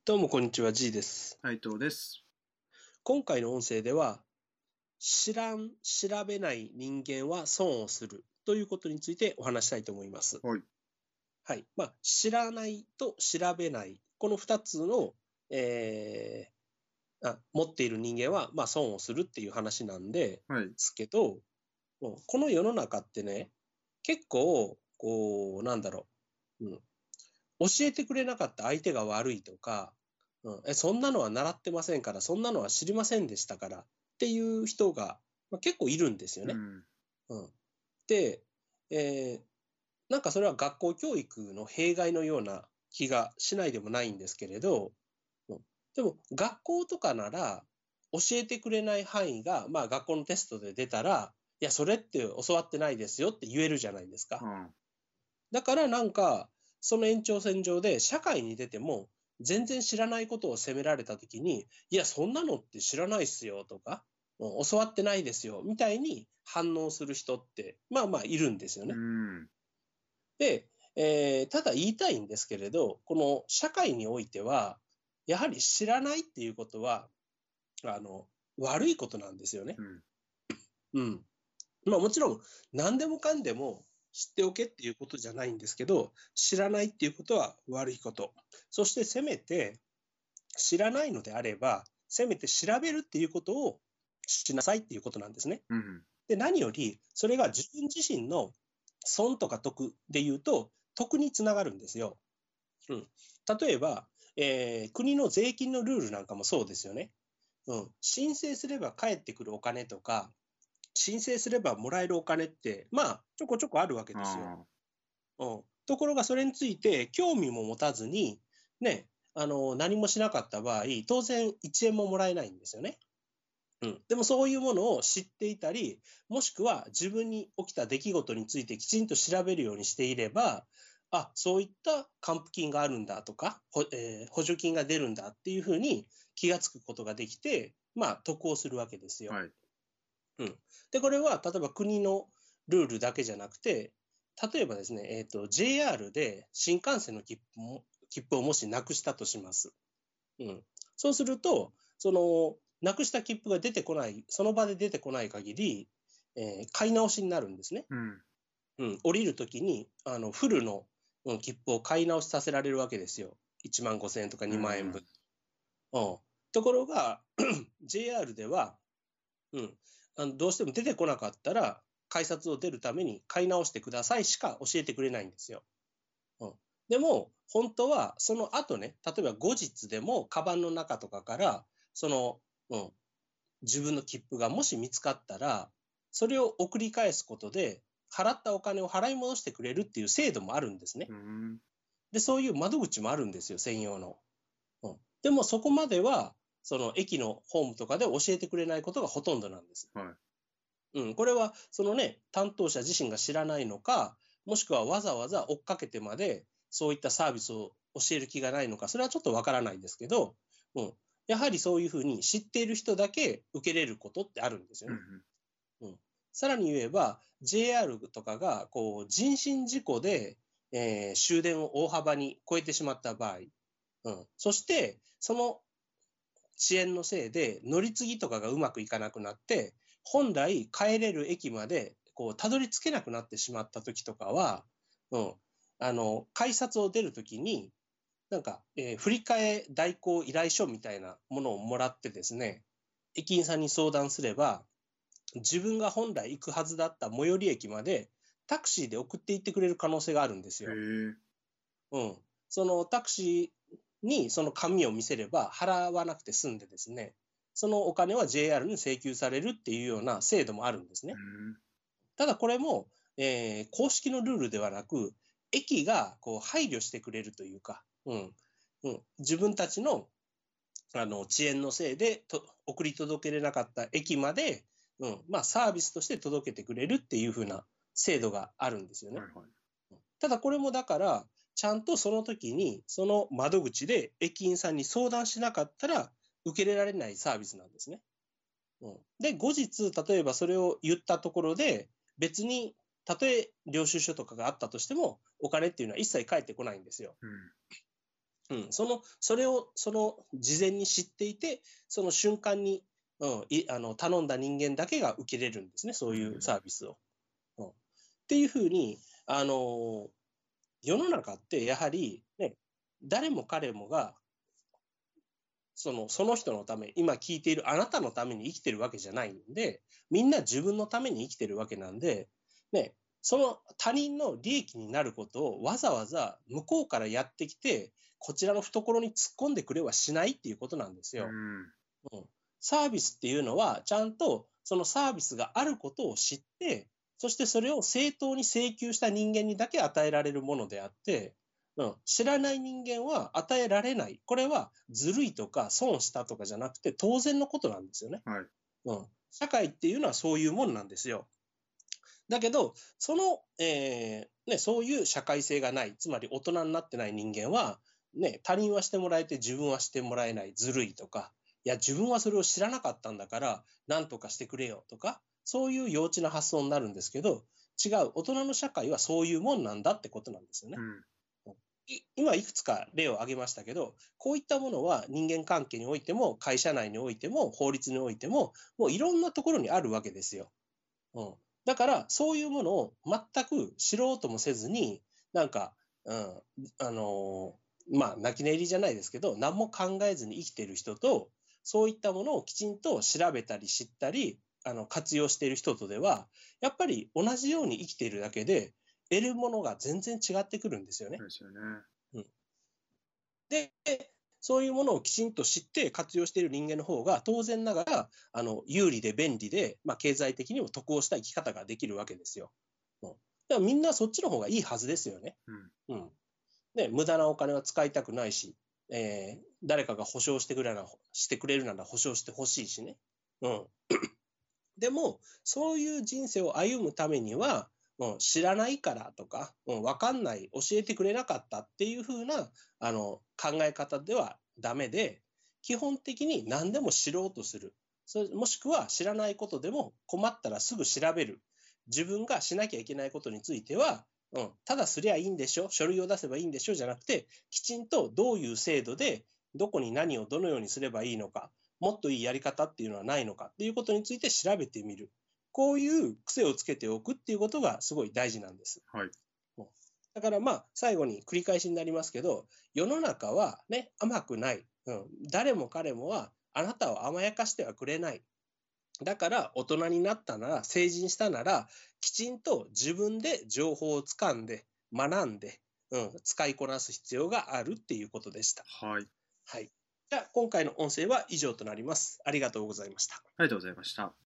どうもこんにちは、G です。 斉藤です。 今回の音声では、調べない人間は損をするということについてお話したいと思います。 はい。 はい。知らないと調べない。この二つの、持っている人間は、損をするっていう話なんではい。 すけど、この世の中ってね、結構、教えてくれなかった相手が悪いとか、そんなのは習ってませんから、そんなのは知りませんでしたからっていう人が、結構いるんですよね。 うん。 うん、で、えーなんかそれは学校教育の弊害のような気がしないでもないんですけれど、でも学校とかなら教えてくれない範囲が、学校のテストで出たら、いや、それって教わってないですよって言えるじゃないですか。 あだからその延長線上で社会に出ても、全然知らないことを責められたときに、いや、そんなのって知らないっすよとか、教わってないですよみたいに反応する人って、いるんですようね。 ん。 で、ただ言いたいんですけれど、この社会においては、やはり知らないっていうことは、あの、悪いことなんですよね。 うん。 うん。もちろん、何でもかんでも知っておけっていうことじゃないんですけど、知らないっていうことは悪いこと。そしてせめて知らないのであれば、せめて調べるっていうことをしなさいっていうことなんですね。 うん。 で、何より、それが自分自身の損とか得で言うと、得につながるんですよ。うん。例えば、国の税金のルールなんかもそうですよね。申請すれば返ってくるお金とか、申請すればもらえるお金って、ちょこちょこあるわけですよ。 あところがそれについて興味も持たずに、ね、何もしなかった場合、当然1円ももらえないんですよね。でもそういうものを知っていたり、もしくは自分に起きた出来事についてきちんと調べるようにしていれば、そういった還付金があるんだとか、補助金が出るんだっていうふうに気がつくことができて、得をするわけですあ。 よ。 はい。 で、これは例えば国のルールだけじゃなくて、例えばですね、JR で新幹線の切符をもしなくしたとします。そうすると、なくした切符が出てこない、その場で出てこない限り、買い直しになるんですね。 うん。 降りるときに、フルの切符を買い直しさせられるわけですよ。1万5千円とか2万円分。ところが、JR では、うん。どうしても出てこなかったら、改札を出るために買い直してくださいしか教えてくれないんですよ。うん。でも、本当は、その後ね、例えば後日でも、カバンの中とかから、その、うん、自分の切符がもし見つかったら、それを送り返すことで、払ったお金を払い戻してくれるっていう制度もあるんですね。 うん。 で、そういう窓口もあるんですよ、専用の。でも、そこまでは、その駅のホームとかで教えてくれないことがほとんどなんです。 はい。 これは、そのね、担当者自身が知らないのか、もしくはわざわざ追っかけてまで、そういったサービスを教える気がないのか、それはちょっとわからないんですけど、やはりそういうふうに知っている人だけ受けれることってあるんですよね。 うん。 さらに言えば、JR とかが、人身事故で、終電を大幅に超えてしまった場合、そして、その遅延のせいで乗り継ぎとかがうまくいかなくなって、本来帰れる駅までたどり着けなくなってしまった時とかは、改札を出るときに、振り替え代行依頼書みたいなものをもらってですね、駅員さんに相談すれば、自分が本来行くはずだった最寄り駅までタクシーで送って行ってくれる可能性があるんですへよ。 え。 そのタクシーにその紙を見せれば払わなくて済んでですね、そのお金は JR に請求されるっていうような制度もあるんですね。 うん。 ただこれも、公式のルールではなく、駅が配慮してくれるというか、自分たちの遅延のせいで送り届けれなかった駅まで、サービスとして届けてくれるっていう風な制度があるんですよね。 はいはい。 ただこれもだから、ちゃんとその時に、その窓口で駅員さんに相談しなかったら、受け入れられないサービスなんですね。で、後日、例えばそれを言ったところで、別に、たとえ領収書とかがあったとしても、お金っていうのは一切返ってこないんですよ。 うん。 それを、事前に知っていて、その瞬間に、頼んだ人間だけが受けれるんですね、そういうサービスを。っていうふうに、世の中ってやはり、ね、誰も彼もが、その人のため、今聞いているあなたのために生きてるわけじゃないんで、みんな自分のために生きてるわけなんで、ね、その他人の利益になることをわざわざ向こうからやってきて、こちらの懐に突っ込んでくれはしないっていうことなんですよ。サービスっていうのは、ちゃんとそのサービスがあることを知って、そしてそれを正当に請求した人間にだけ与えられるものであって、知らない人間は与えられない。これはずるいとか損したとかじゃなくて当然のことなんですよね。社会っていうのはそういうもんなんですよ。だけど、そういう社会性がない、つまり大人になってない人間は、他人はしてもらえて自分はしてもらえない、ずるいとか、いや、自分はそれを知らなかったんだから、何とかしてくれよとか、そういう幼稚な発想になるんですけど、違う、大人の社会はそういうもんなんだってことなんですよね。今いくつか例を挙げましたけど、こういったものは人間関係においても、会社内においても、法律においても、もういろんなところにあるわけですよ。だから、そういうものを全く知ろうともせずに、なんか、泣き寝入りじゃないですけど、何も考えずに生きている人と、そういったものをきちんと調べたり知ったり、活用している人とでは、やっぱり同じように生きているだけで、得るものが全然違ってくるんですよね。で、そういうものをきちんと知って活用している人間の方が、当然ながら、有利で便利で、経済的にも得をした生き方ができるわけですよ。だからみんなそっちの方がいいはずですよね。無駄なお金は使いたくないし、誰かが保証してくれるなら保証してほしいしね。でも、そういう人生を歩むためには、知らないからとか、わかんない、教えてくれなかったっていう風な考え方ではダメで、基本的に何でも知ろうとする。もしくは知らないことでも困ったらすぐ調べる。自分がしなきゃいけないことについては、ただすりゃいいんでしょ、書類を出せばいいんでしょじゃなくて、きちんとどういう制度で、どこに何をどのようにすればいいのか、もっといいやり方っていうのはないのかっていうことについて調べてみる。こういう癖をつけておくっていうことがすごい大事なんです。だから最後に繰り返しになりますけど、世の中はね、甘くない。誰も彼もはあなたを甘やかしてはくれない。だから大人になったなら、成人したなら、きちんと自分で情報をつかんで、学んで、使いこなす必要があるっていうことでした。 はい。 じゃあ、今回の音声は以上となります。ありがとうございました。 ありがとうございました。